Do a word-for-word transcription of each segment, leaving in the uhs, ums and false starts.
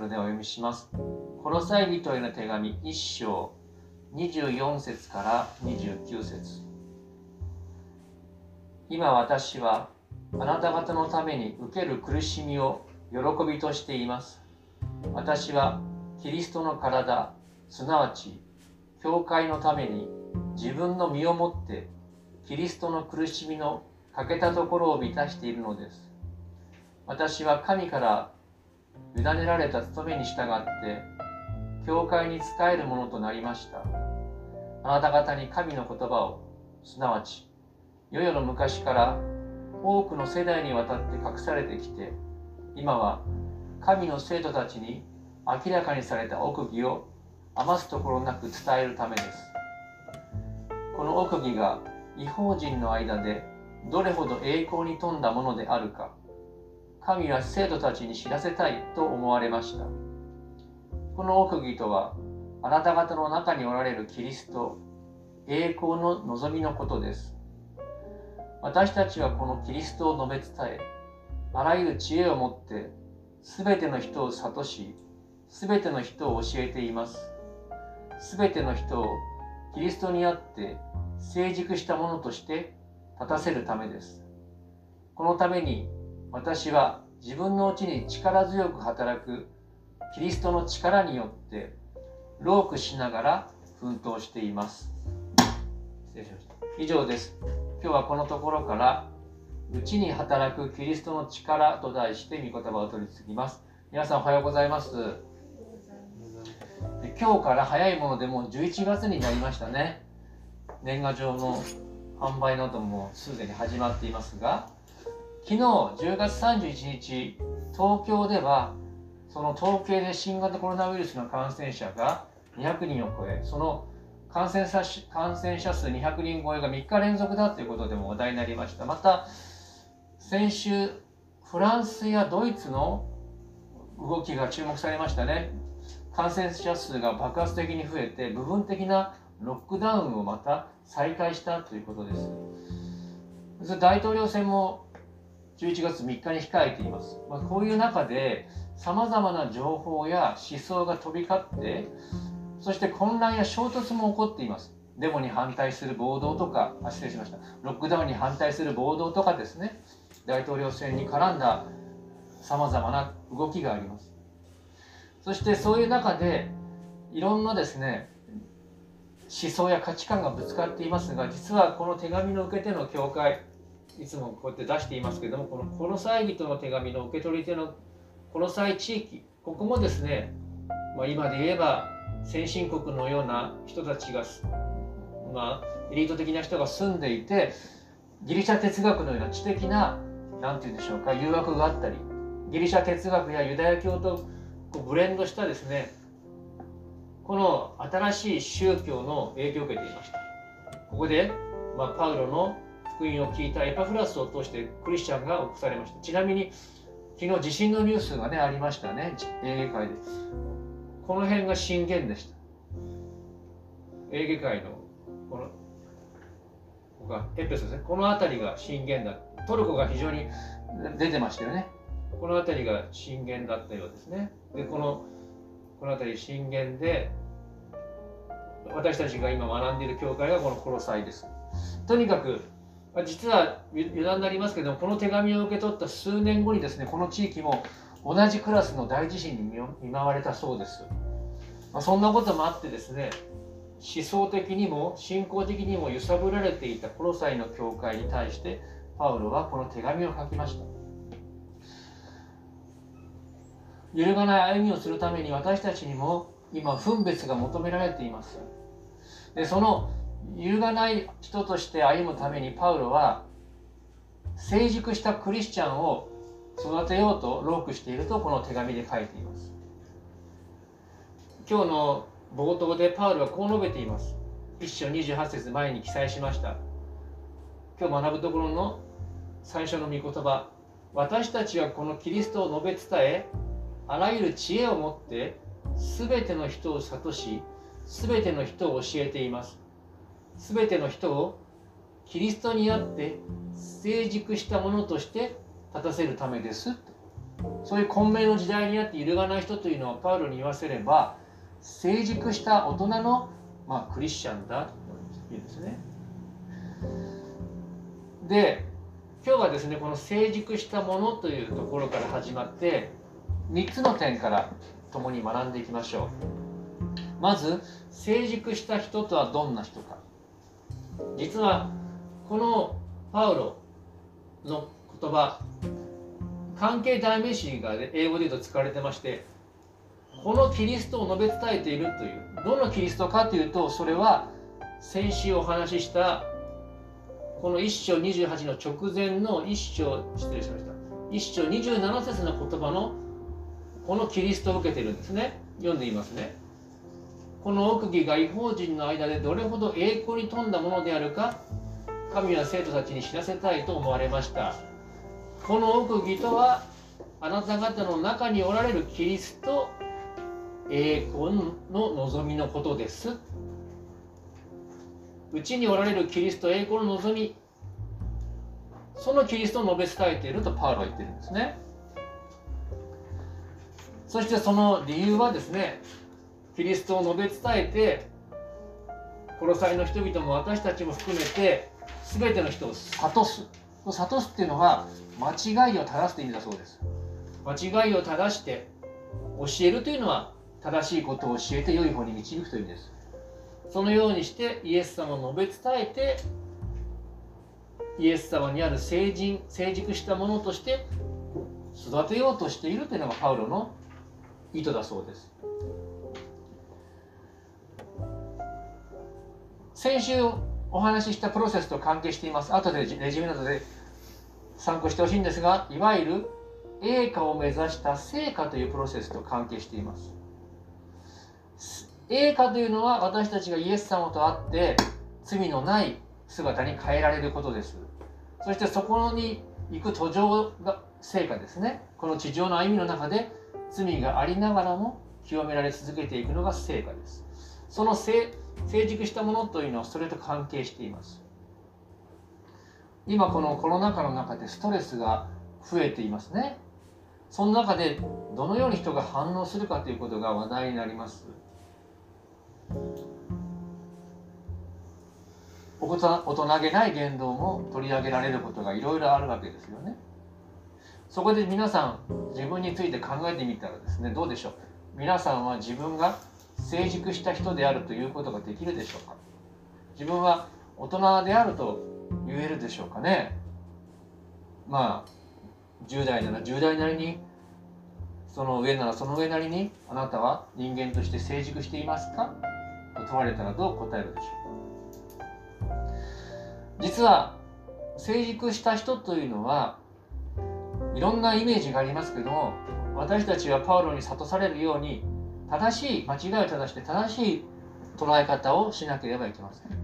れではお読みします。コロサイ人への手紙いっ章にじゅうよん節からにじゅうきゅう節。今私はあなた方のために受ける苦しみを喜びとしています。私はキリストの体、すなわち教会のために自分の身をもってキリストの苦しみの欠けたところを満たしているのです。私は神から委ねられた務めに従って教会に仕えるものとなりました。あなた方に神の言葉を、すなわち世々の昔から多くの世代にわたって隠されてきて、今は神の生徒たちに明らかにされた奥義を余すところなく伝えるためです。この奥義が異邦人の間でどれほど栄光に富んだものであるか、神は生徒たちに知らせたいと思われました。この奥義とは、あなた方の中におられるキリスト、栄光の望みのことです。私たちはこのキリストを述べ伝え、あらゆる知恵をもって、すべての人を諭し、すべての人を教えています。すべての人をキリストにあって成熟したものとして立たせるためです。このために私は自分のうちに力強く働くキリストの力によって労苦しながら奮闘しています。失礼しました。以上です。今日はこのところからうちに働くキリストの力と題して御言葉を取り次ぎます。皆さんおはようございます。今日から早いものでもうじゅういちがつになりましたね。年賀状の販売などもすでに始まっていますが、昨日じゅうがつさんじゅういちにち、東京ではその統計で新型コロナウイルスの感染者がにひゃくにんを超え、その感染者感染者数にひゃくにん超えがみっか連続だということでも話題になりました。また先週フランスやドイツの動きが注目されましたね。感染者数が爆発的に増えて部分的なロックダウンをまた再開したということです。大統領選もじゅういちがつみっかに控えています。まあ、こういう中でさまざまな情報や思想が飛び交って、そして混乱や衝突も起こっています。デモに反対する暴動とか、あ、失礼しました。ロックダウンに反対する暴動とかですね、大統領選に絡んださまざまな動きがあります。そしてそういう中でいろんなですね、思想や価値観がぶつかっていますが、実はこの手紙の受け手の教会、いつもこうやって出していますけれども、このコロサイ人の手紙の受け取り手のコロサイ地域、ここもですね、まあ、今で言えば先進国のような人たちが、まあ、エリート的な人が住んでいて、ギリシャ哲学のような知的な、なんていうんでしょうか、誘惑があったり、ギリシャ哲学やユダヤ教とこうブレンドしたですね、この新しい宗教の影響を受けていました。ここで、まあ、パウロの福音を聞いたエパフラスを通してクリスチャンが起こされました。ちなみに昨日地震のニュースがねありましたね、エーゲ海で。この辺が震源でした。エーゲ海のこのここがエペソですね、この辺りが震源だ。トルコが非常に出てましたよね。この辺りが震源だったようですね。でこのこの辺り震源で、私たちが今学んでいる教会がこのコロサイです。とにかく実は余談になりますけども、この手紙を受け取った数年後にですね、この地域も同じクラスの大地震に見舞われたそうです。まあ、そんなこともあってですね、思想的にも信仰的にも揺さぶられていたコロサイの教会に対してパウロはこの手紙を書きました。揺るがない歩みをするために私たちにも今分別が求められています。でその揺るがない人として歩むためにパウロは成熟したクリスチャンを育てようと労苦しているとこの手紙で書いています。今日の冒頭でパウロはこう述べています。いっ章にじゅうはち節前に記載しました。今日学ぶところの最初の御言葉、私たちはこのキリストを述べ伝え、あらゆる知恵をもってすべての人を諭し、すべての人を教えています。すべての人をキリストにあって成熟したものとして立たせるためです。 そういう混迷の時代にあって揺るがない人というのはパウロに言わせれば成熟した大人の、まあ、クリスチャンだというんですね。で今日はですねこの成熟したものというところから始まってみっつの点から共に学んでいきましょう。まず成熟した人とはどんな人か。実はこのパウロの言葉関係代名詞が英語で言うと使われてまして、このキリストを述べ伝えているという、どのキリストかというと、それは先週お話ししたこのいっ章にじゅうはちの直前のいっ章失礼しましたいっ章にじゅうなな節の言葉のこのキリストを受けているんですね。読んでいますね。この奥義が異邦人の間でどれほど栄光に富んだものであるか、神は生徒たちに知らせたいと思われました。この奥義とはあなた方の中におられるキリスト栄光の望みのことです。うちにおられるキリスト栄光の望み、そのキリストを述べ伝えているとパウロは言ってるんですね。そしてその理由はですね、キリストを述べ伝えてコロサイの人々も私たちも含めて全ての人を諭す。諭すっていうのは間違いを正すという意味だそうです。間違いを正して教えるというのは正しいことを教えて良い方に導くという意味です。そのようにしてイエス様を述べ伝えてイエス様にある成人成熟したものとして育てようとしているというのがパウロの意図だそうです。先週お話ししたプロセスと関係しています。後でレジュメなどで参考してほしいんですが、いわゆる栄華を目指した成果というプロセスと関係しています。栄華というのは私たちがイエス様と会って罪のない姿に変えられることです。そしてそこに行く途上が成果ですね。この地上の歩みの中で罪がありながらも清められ続けていくのが成果です。その成成熟したものというのはそれと関係しています。今このコロナ禍の中でストレスが増えていますね。その中でどのように人が反応するかということが話題になります。大人げない言動も取り上げられることがいろいろあるわけですよね。そこで皆さん自分について考えてみたらですね、どうでしょう。皆さんは自分が成熟した人であるということができるでしょうか。自分は大人であると言えるでしょうかね。まあじゅう代ならじゅう代なりに、その上ならその上なりに、あなたは人間として成熟していますかと問われたらどう答えるでしょうか。実は成熟した人というのはいろんなイメージがありますけども、私たちはパウロに諭されるように正しい間違いを正して正しい捉え方をしなければいけません。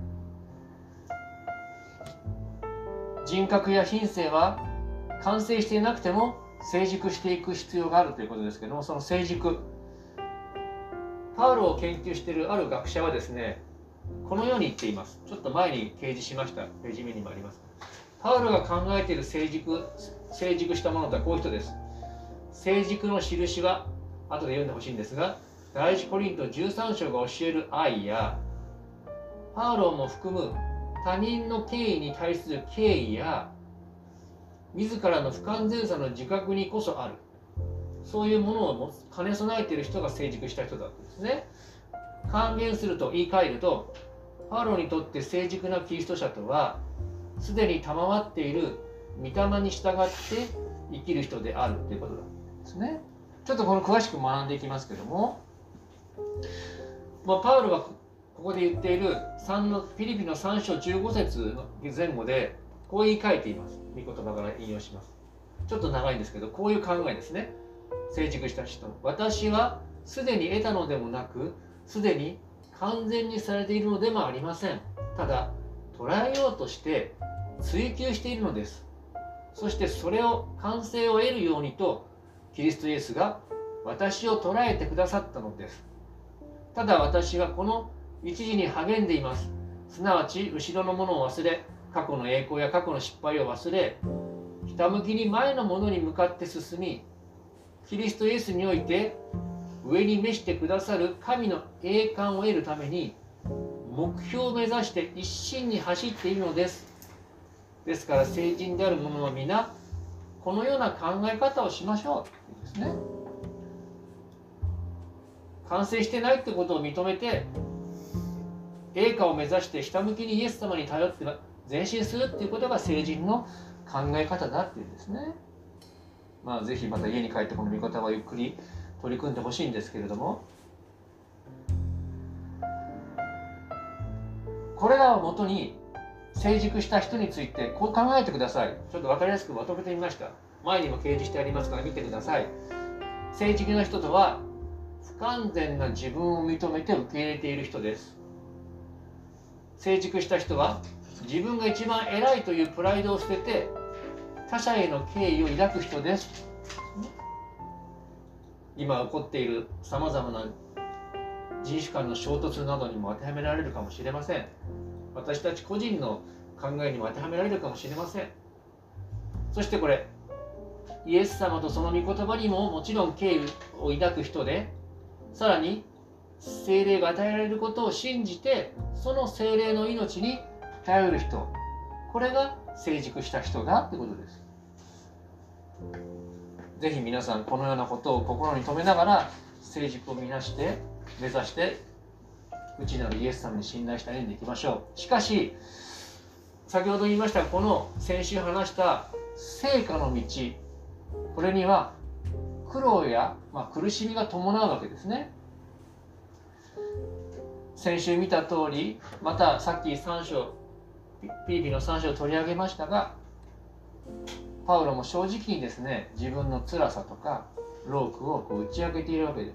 人格や品性は完成していなくても成熟していく必要があるということですけども、その成熟、パウロを研究しているある学者はですね、このように言っています。ちょっと前に掲示しました。ページ目にもあります。パウロが考えている成熟、成熟したものとはこういう人です。成熟の印は後で読んでほしいんですが、第一コリントじゅうさん章が教える愛や、パウロも含む他人の権威に対する敬意や、自らの不完全さの自覚にこそある、そういうものを兼ね備えている人が成熟した人だったんですね。還元すると言い換えると、パウロにとって成熟なキリスト者とはすでに賜っている御霊に従って生きる人であるということなんですね。ちょっとこの詳しく学んでいきますけども、まあ、パウロがここで言っているさんのフィリピのさん章じゅうご節の前後でこう言い換えています。御言葉から引用します。ちょっと長いんですけど、こういう考えですね。成熟した人、私はすでに得たのでもなく、すでに完全にされているのでもありません。ただ捉えようとして追求しているのです。そしてそれを完成を得るようにとキリストイエスが私を捉えてくださったのです。ただ私はこの一時に励んでいます。すなわち後ろのものを忘れ、過去の栄光や過去の失敗を忘れ、ひたむきに前のものに向かって進み、 キリストイエスにおいて上に召してくださる神の栄冠を得るために目標を目指して一心に走っているのです。ですから聖人である者は皆このような考え方をしましょうですね。完成してないってことを認めて栄冠を目指してひたむきにイエス様に頼って前進するっていうことが聖人の考え方だっていうんですね。まあぜひまた家に帰ってこの御言葉をゆっくり取り組んでほしいんですけれども、これらをもとに成熟した人についてこう考えてください。ちょっと分かりやすくまとめてみました。前にも掲示してありますから見てください。成熟な人とは不完全な自分を認めて受け入れている人です。成熟した人は自分が一番偉いというプライドを捨てて他者への敬意を抱く人です。今起こっているさまざまな人種間の衝突などにも当てはめられるかもしれません。私たち個人の考えにも当てはめられるかもしれません。そしてこれイエス様とその御言葉にももちろん敬意を抱く人で、さらに聖霊が与えられることを信じてその聖霊の命に頼る人、これが成熟した人だってことです。ぜひ皆さんこのようなことを心に留めながら成熟を見なして目指して内なるイエス様に信頼して歩んでいきましょう。しかし先ほど言いましたこの先週話した成果の道、これには苦労や、まあ、苦しみが伴うわけですね。先週見た通り、またさっきさん章ピリピのさん章を取り上げましたが、パウロも正直にですね自分の辛さとか労苦をこう打ち明けているわけです。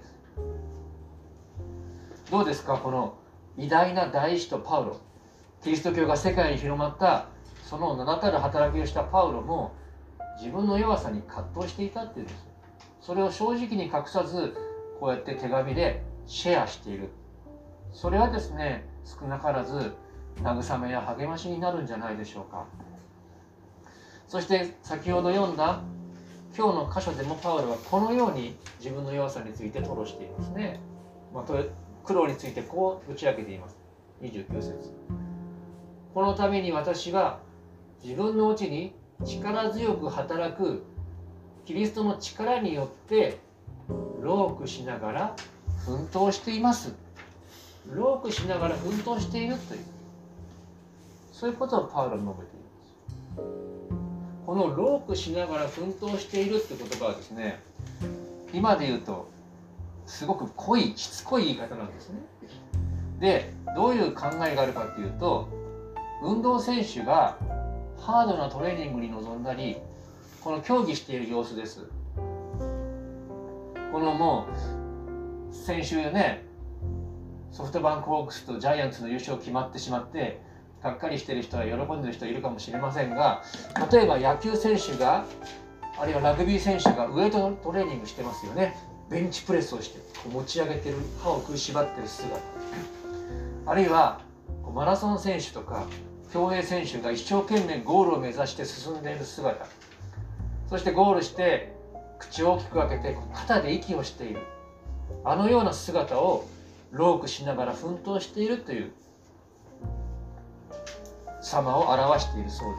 どうですか、この偉大な大使徒パウロ、キリスト教が世界に広まったその名だたる働きをしたパウロも自分の弱さに葛藤していたっていうんです。それを正直に隠さずこうやって手紙でシェアしている。それはですね少なからず慰めや励ましになるんじゃないでしょうか。そして先ほど読んだ今日の箇所でもパウロはこのように自分の弱さについて吐露していますね。まあ、苦労についてこう打ち明けています。にじゅうきゅう節、このために私は自分のうちに力強く働くキリストの力によって労苦しながら奮闘しています。労苦しながら奮闘しているという、そういうことをパウロは述べています。この労苦しながら奮闘しているって言葉はですね、今で言うとすごく濃いしつこい言い方なんですね。でどういう考えがあるかっていうと、運動選手がハードなトレーニングに臨んだりこの競技している様子です。このもう先週ねソフトバンクホークスとジャイアンツの優勝決まってしまってがっかりしている人は喜んでいる人いるかもしれませんが、例えば野球選手があるいはラグビー選手がウエイトトレーニングしてますよね。ベンチプレスをしてこう持ち上げてる、歯を食いしばってる姿、あるいはマラソン選手とか競泳選手が一生懸命ゴールを目指して進んでいる姿、そしてゴールして口を大きく開けて肩で息をしている、あのような姿を労苦しながら奮闘しているという様を表しているそうです。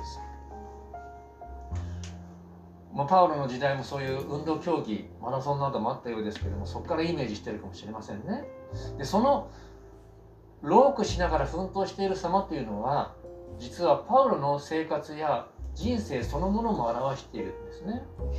まあ、パウロの時代もそういう運動競技マラソンなどもあったようですけども、そこからイメージしているかもしれませんね。でその労苦しながら奮闘している様というのは実はパウロの生活や人生そのものも表しているんですね。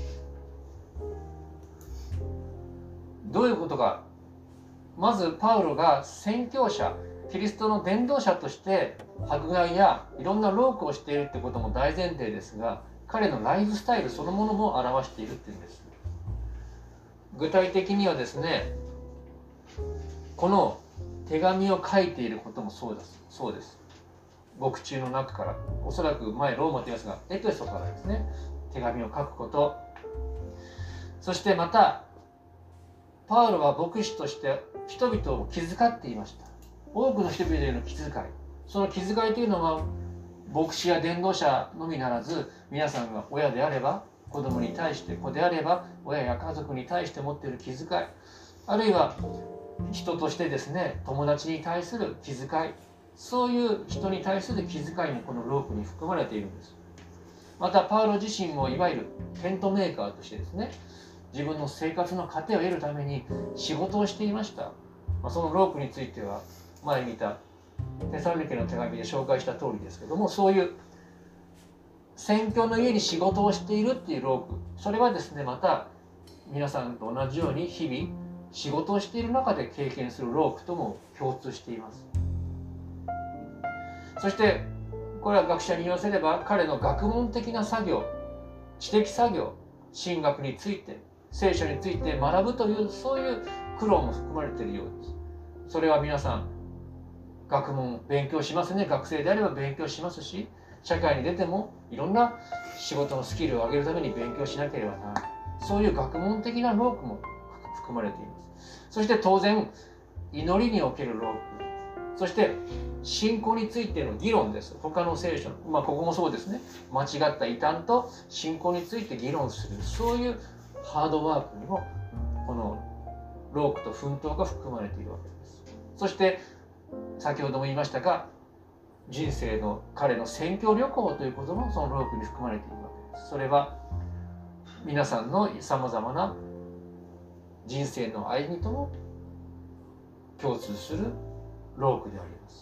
どういうことか。まずパウロが宣教者、キリストの伝道者として迫害やいろんな労苦をしているってことも大前提ですが、彼のライフスタイルそのものも表しているっていうんです。具体的にはですね、この手紙を書いていることもそうです。そうです。獄中の中から、おそらく前ローマと言いますがエペソからですね手紙を書くこと、そしてまたパウロは牧師として人々を気遣っていました。多くの人々への気遣い、その気遣いというのは牧師や伝道者のみならず皆さんが親であれば子子供に対して、子であれば親や家族に対して持っている気遣い、あるいは人としてですね、友達に対する気遣い、そういう人に対する気遣いもこのロークに含まれているんです。またパウロ自身もいわゆるテントメーカーとしてですね、自分の生活の糧を得るために仕事をしていました。まあ、そのロークについては前見たテサロニケの手紙で紹介した通りですけども、そういう宣教の家に仕事をしているっていうローク、それはですね、また皆さんと同じように日々仕事をしている中で経験するロークとも共通しています。そしてこれは学者に言わせれば、彼の学問的な作業、知的作業、神学について、聖書について学ぶという、そういう苦労も含まれているようです。それは皆さん学問勉強しますね。学生であれば勉強しますし、社会に出てもいろんな仕事のスキルを上げるために勉強しなければならない、そういう学問的なロークも含まれています。そして当然祈りにおけるローク、そして信仰についての議論です。他の聖書の、まあここもそうですね、間違った異端と信仰について議論する、そういうハードワークにもこのロークと奮闘が含まれているわけです。そして先ほども言いましたが、人生の彼の宣教旅行ということもそのロークに含まれているわけです。それは皆さんのさまざまな人生の歩みとも共通するロークであります。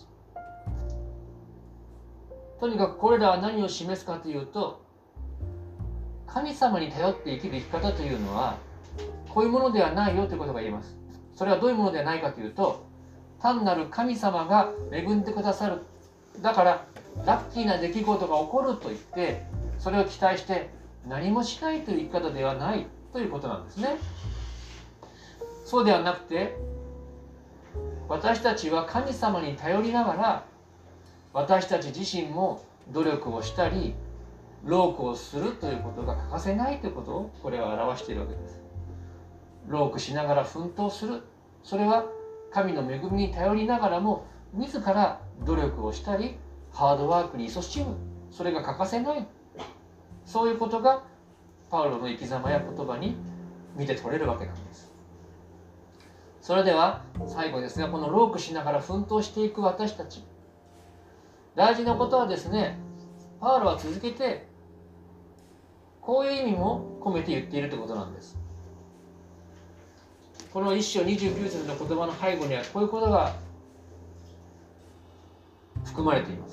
とにかくこれらは何を示すかというと、神様に頼って生きる生き方というのはこういうものではないよということが言えます。それはどういうものではないかというと、単なる神様が恵んでくださる、だからラッキーな出来事が起こると言ってそれを期待して何もしないという生き方ではないということなんですね。そうではなくて、私たちは神様に頼りながら、私たち自身も努力をしたり労苦をするということが欠かせないということをこれは表しているわけです。労苦しながら奮闘する、それは神の恵みに頼りながらも自ら努力をしたりハードワークに勤しむ、それが欠かせない、そういうことがパウロの生き様や言葉に見て取れるわけなんです。それでは最後ですが、この労苦しながら奮闘していく私たち、大事なことはですね、パウロは続けてこういう意味も込めて言っているということなんです。この一章にじゅうきゅう節の言葉の背後にはこういうことが含まれています。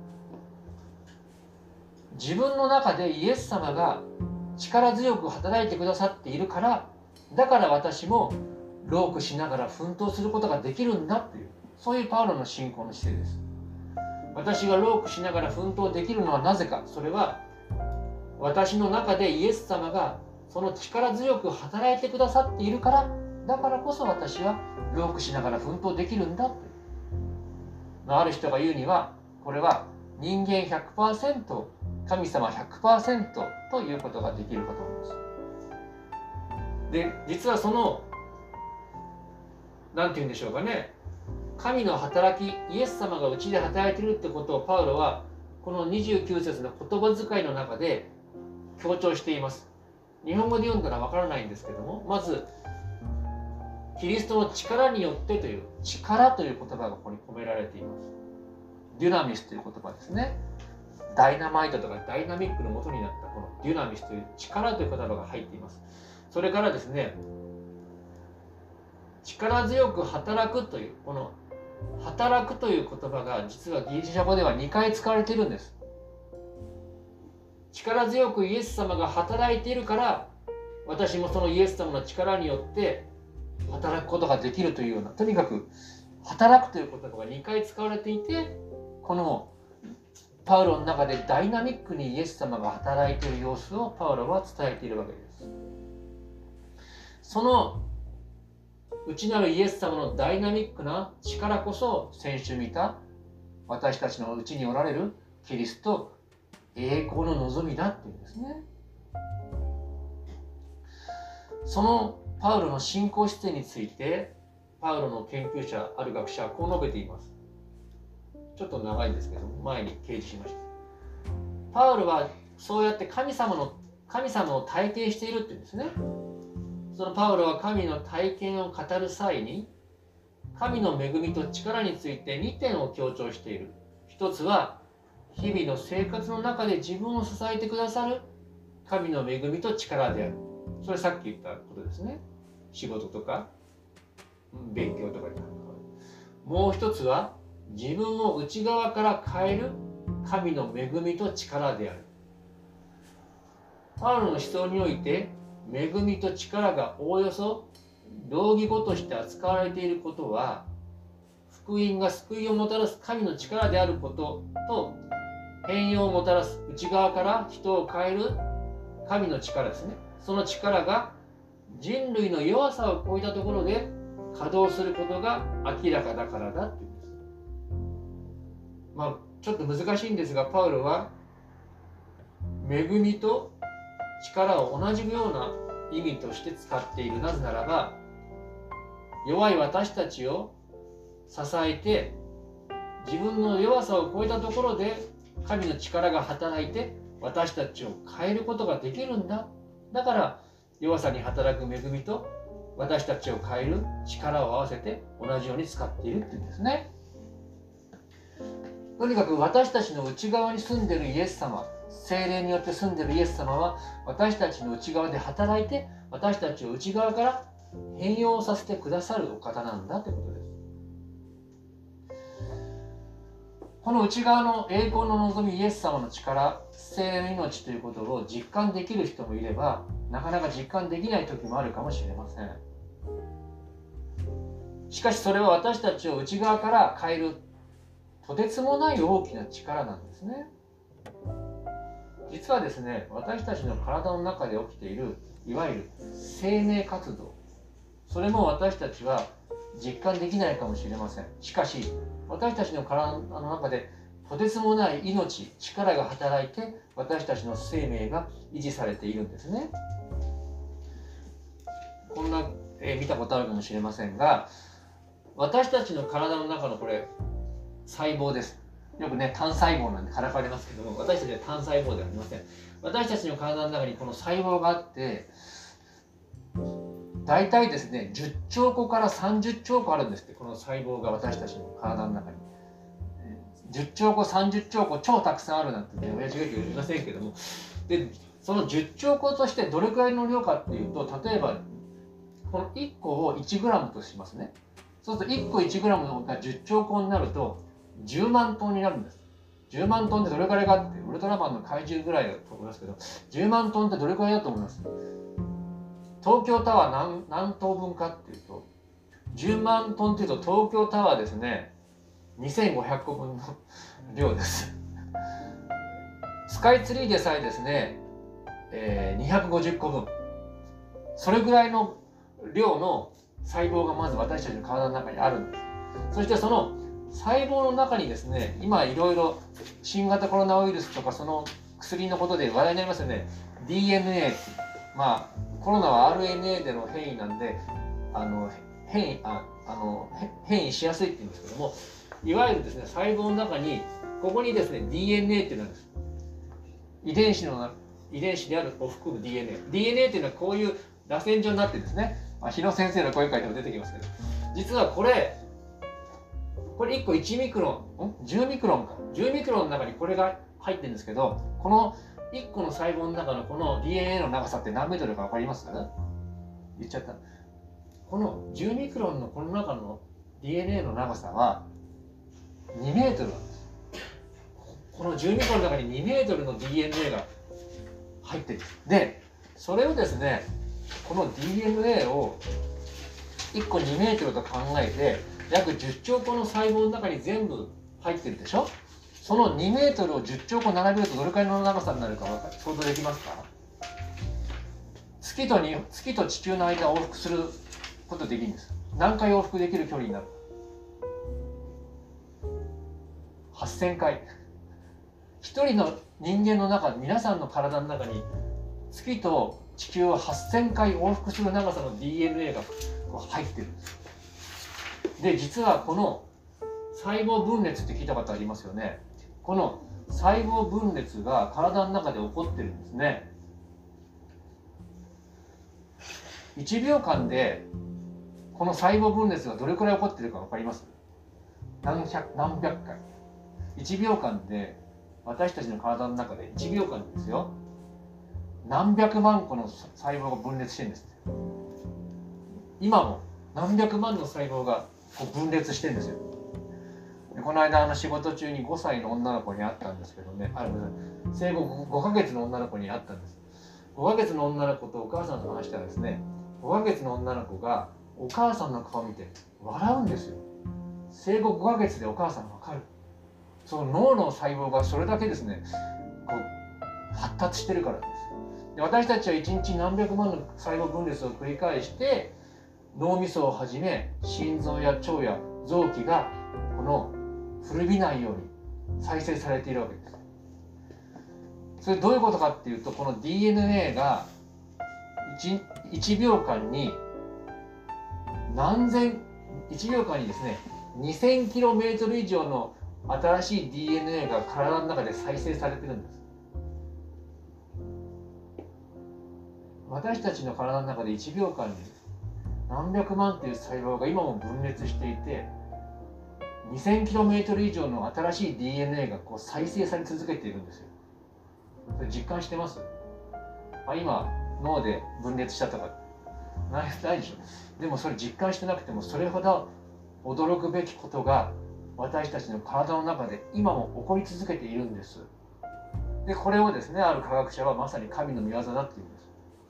自分の中でイエス様が力強く働いてくださっているから、だから私も労苦しながら奮闘することができるんだという、そういうパウロの信仰の姿勢です。私が労苦しながら奮闘できるのはなぜか、それは私の中でイエス様がその力強く働いてくださっているから、だからこそ私は労苦しながら奮闘できるんだという。ある人が言うには、これは人間 ひゃくパーセント 神様 ひゃくパーセント ということができるかと思います。で、実はその何て言うんでしょうかね、神の働き、イエス様がうちで働いているってことをパウロはこのにじゅうきゅう節の言葉遣いの中で強調しています。日本語で読んだらわからないんですけども、まずキリストの力によってという力という言葉がここに込められています。デュナミスという言葉ですね。ダイナマイトとかダイナミックの元になったこのデュナミスという力という言葉が入っています。それからですね、力強く働くという、この働くという言葉が実はギリシャ語ではにかい使われているんです。力強くイエス様が働いているから、私もそのイエス様の力によって働くことができるというような、とにかく働くという言葉がにかい使われていて、このパウロの中でダイナミックにイエス様が働いている様子をパウロは伝えているわけです。その内なるイエス様のダイナミックな力こそ、先週見た私たちのうちにおられるキリスト栄光の望みだっていうんですね。そのパウロの信仰姿勢について、パウロの研究者、ある学者はこう述べています。ちょっと長いんですけど、前に掲示しました。パウロはそうやって神様の神様を体験しているっていうんですね。そのパウロは神の体験を語る際に神の恵みと力についてにてんを強調している。一つは日々の生活の中で自分を支えてくださる神の恵みと力である。それさっき言ったことですね。仕事とか勉強とかに。もう一つは自分を内側から変える神の恵みと力である。パウロの思想において恵みと力がおおよそ同義語として扱われていることは、福音が救いをもたらす神の力であることと、変容をもたらす内側から人を変える神の力ですね。その力が人類の弱さを超えたところで稼働することが明らかだからだっていうんです。まあちょっと難しいんですが、パウロは恵みと力を同じような意味として使っている。なぜならば、弱い私たちを支えて自分の弱さを超えたところで神の力が働いて私たちを変えることができるんだ。だから弱さに働く恵みと私たちを変える力を合わせて同じように使っているっていうんですね。とにかく私たちの内側に住んでいるイエス様、聖霊によって住んでいるイエス様は私たちの内側で働いて私たちを内側から変容させてくださるお方なんだということです。この内側の栄光の望みイエス様の力、聖霊の命ということを実感できる人もいれば、なかなか実感できない時もあるかもしれません。しかしそれは私たちを内側から変えるとてつもない大きな力なんですね。実はですね、私たちの体の中で起きているいわゆる生命活動、それも私たちは実感できないかもしれません。しかし私たちの体の中でとてつもない命、力が働いて私たちの生命が維持されているんですね。こんな絵見たことあるかもしれませんが、私たちの体の中のこれ細胞です。よくね、単細胞なんでからかわれますけども、私たちは単細胞ではありません。私たちの体の中にこの細胞があって、大体ですねじゅっちょうこからさんじゅっちょうこあるんですって。この細胞が私たちの体の中にじゅっちょうこさんじゅっちょうこ超たくさんあるなんてね、親父が言いませんけども、でそのじゅっちょうことしてどれくらいの量かっていうと、例えばこのいっこをいちグラムとしますね。そうするといっこいちグラムがじゅっちょうこになるとじゅうまんトンになるんです。じゅうまんトンってどれくらいかって、ウルトラマンの怪獣ぐらいだと思いますけど、じゅうまんトンってどれくらいだと思います？東京タワー 何, 何棟分かっていうと、じゅうまんトンっていうと東京タワーですねにせんごひゃっこぶんの量です。スカイツリーでさえですね、えー、にひゃくごじゅっこぶん、それぐらいの量の細胞がまず私たちの体の中にあるんです。そしてその細胞の中にですね、今いろいろ新型コロナウイルスとかその薬のことで話題になりますよね。 ディーエヌエー、 まあコロナは アールエヌエー での変異なんで、あの変異ああの変異しやすいって言うんですけども、いわゆるですね細胞の中にここにですね ディーエヌエー っていうのがあるんです。遺伝子の遺伝子であるを含む ディーエヌエー。 ディーエヌエー っていうのはこういう螺旋状になってですね、まあ、日野先生の声書いても出てきますけど、実はこれこれいっこいちミクロン、んじゅうミクロンか、じゅうミクロンの中にこれが入ってるんですけど、このいっこの細胞の中のこの ディーエヌエー の長さって何メートルか分かりますか？言っちゃった。このじゅうミクロンのこの中の ディーエヌエー の長さはにメートルなんです。このじゅうミクロンの中ににメートルの ディーエヌエー が入ってる。で、それをですね、この ディーエヌエー をいっこにメートルと考えて、約じゅっちょうこの細胞の中に全部入ってるでしょ。そのにメートルをじゅっちょうこ並べるとどれくらいの長さになるか想像できますか？月とに月と地球の間を往復することできるんです。何回往復できる距離になる？はっせんかい。一人の人間の中、皆さんの体の中に月と地球をはっせんかい往復する長さの ディーエヌエー が入ってるんです。で、実はこの細胞分裂って聞いたことありますよね。この細胞分裂が体の中で起こってるんですね。 いちびょうかんでこの細胞分裂がどれくらい起こってるか分かります？何百何百回。いちびょうかんで私たちの体の中でいちびょうかんですよ、何百万個の細胞が分裂してるんです。今も何百万の細胞がこう分裂してるんですよ。でこの間あの仕事中にごさいの女の子に会ったんですけどね、あ生後ごかげつの女の子に会ったんです。ごかげつの女の子とお母さんと話したらですね、ごかげつの女の子がお母さんの顔を見て笑うんですよ。生後ごかげつでお母さんが分かる。その脳の細胞がそれだけですね、こう発達してるからです。で私たちはいちにち何百万の細胞分裂を繰り返して脳みそをはじめ心臓や腸や臓器がこの古びないように再生されているわけです。それどういうことかっていうと、この ディーエヌエー が 1, いちびょうかんに何千いちびょうかんにですね にせんキロメートル 以上の新しい ディーエヌエー が体の中で再生されてるんです。私たちの体の中でいちびょうかんに何百万という細胞が今も分裂していて、にせんキロメートル 以上の新しい ディーエヌエー がこう再生され続けているんですよ。それ実感してます？あ、今脳で分裂したとかないないでしょ。でもそれ実感してなくても、それほど驚くべきことが私たちの体の中で今も起こり続けているんです。でこれをですね、ある科学者はまさに神の御業だっていうんです。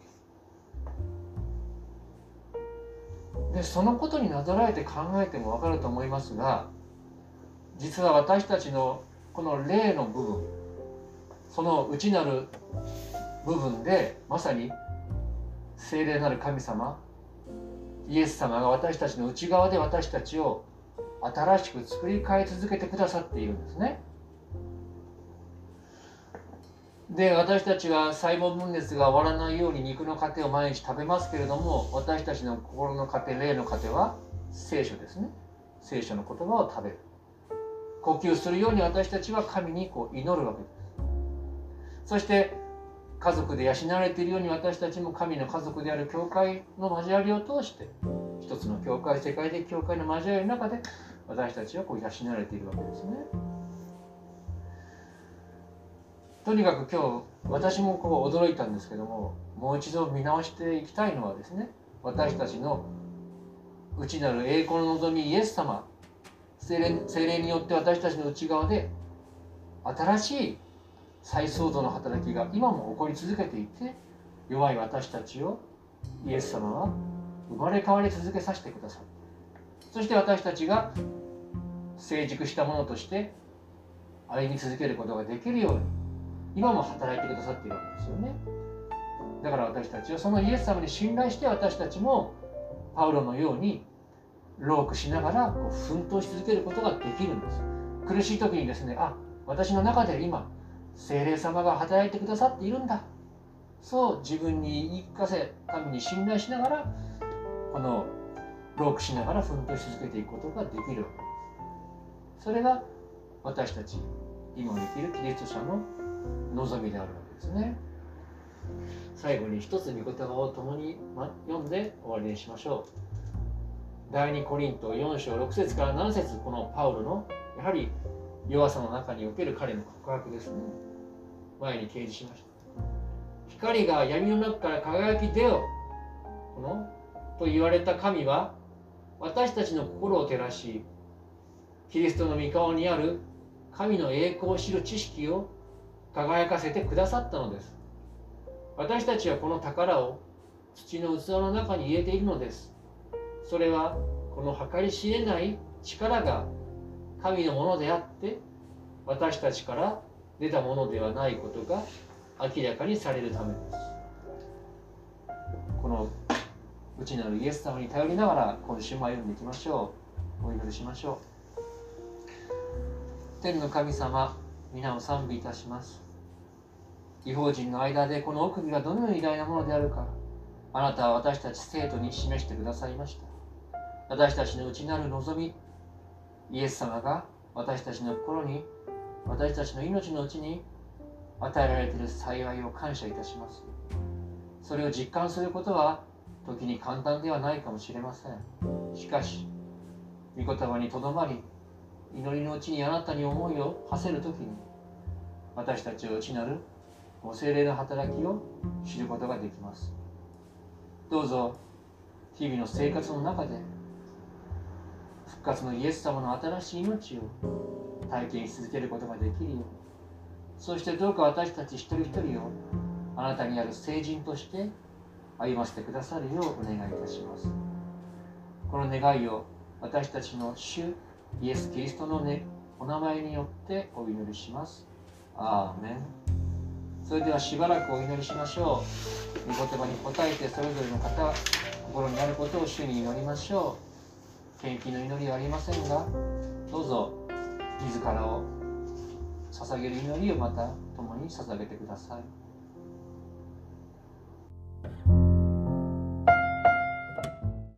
でそのことになぞらえて考えても分かると思いますが、実は私たちのこの霊の部分、その内なる部分でまさに聖霊なる神様イエス様が私たちの内側で私たちを新しく作り変え続けてくださっているんですね。で私たちは細胞分裂が終わらないように肉の糧を毎日食べますけれども、私たちの心の糧、霊の糧は聖書ですね。聖書の言葉を食べる。呼吸するように私たちは神にこう祈るわけです。そして家族で養われているように私たちも神の家族である教会の交わりを通して、一つの教会、世界的教会の交わりの中で私たちはこう養われているわけですね。とにかく今日私もこう驚いたんですけども、もう一度見直していきたいのはですね、私たちの内なる栄光の望みイエス様、聖霊、聖霊によって私たちの内側で新しい再創造の働きが今も起こり続けていて、弱い私たちをイエス様は生まれ変わり続けさせてくださる。そして私たちが成熟したものとして歩み続けることができるように今も働いてくださっているわけですよね。だから私たちはそのイエス様に信頼して、私たちもパウロのように労苦しながらこう奮闘し続けることができるんです。苦しい時にですね、あ、私の中で今聖霊様が働いてくださっているんだ、そう自分に言い聞かせ、神に信頼しながらこの労苦しながら奮闘し続けていくことができるわけです。それが私たち今を生きるキリスト者の望みであるわけですね。最後に一つ御言葉を共に読んで終わりにしましょう。第二コリントよん章ろく節からなな節、このパウロのやはり弱さの中における彼の告白ですね。前に掲示しました。光が闇の中から輝き出よこのと言われた神は私たちの心を照らし、キリストの御顔にある神の栄光を知る知識を輝かせてくださったのです。私たちはこの宝を土の器の中に入れているのです。それはこの計り知れない力が神のものであって私たちから出たものではないことが明らかにされるためです。この内なるイエス様に頼りながら今週も歩んでいきましょう。お祈りしましょう。天の神様、皆を賛美いたします。異邦人の間でこの奥義がどのように偉大なものであるか、あなたは私たち生徒に示してくださいました。私たちの内なる望み、イエス様が私たちの心に、私たちの命のうちに与えられている幸いを感謝いたします。それを実感することは時に簡単ではないかもしれません。しかし、御言葉にとどまり、祈りのうちにあなたに思いを馳せる時に、私たちを内なるご聖霊の働きを知ることができます。どうぞ、日々の生活の中で、復活のイエス様の新しい命を体験し続けることができるよう、そしてどうか私たち一人一人をあなたにある聖人として歩ませてくださるようお願いいたします。この願いを私たちの主イエス・キリストの、ね、お名前によってお祈りします。アーメン。それではしばらくお祈りしましょう。御言葉に答えてそれぞれの方、心にあることを主に祈りましょう。献金の祈りはありませんが、どうぞ自らを捧げる祈りをまた共に捧げてください。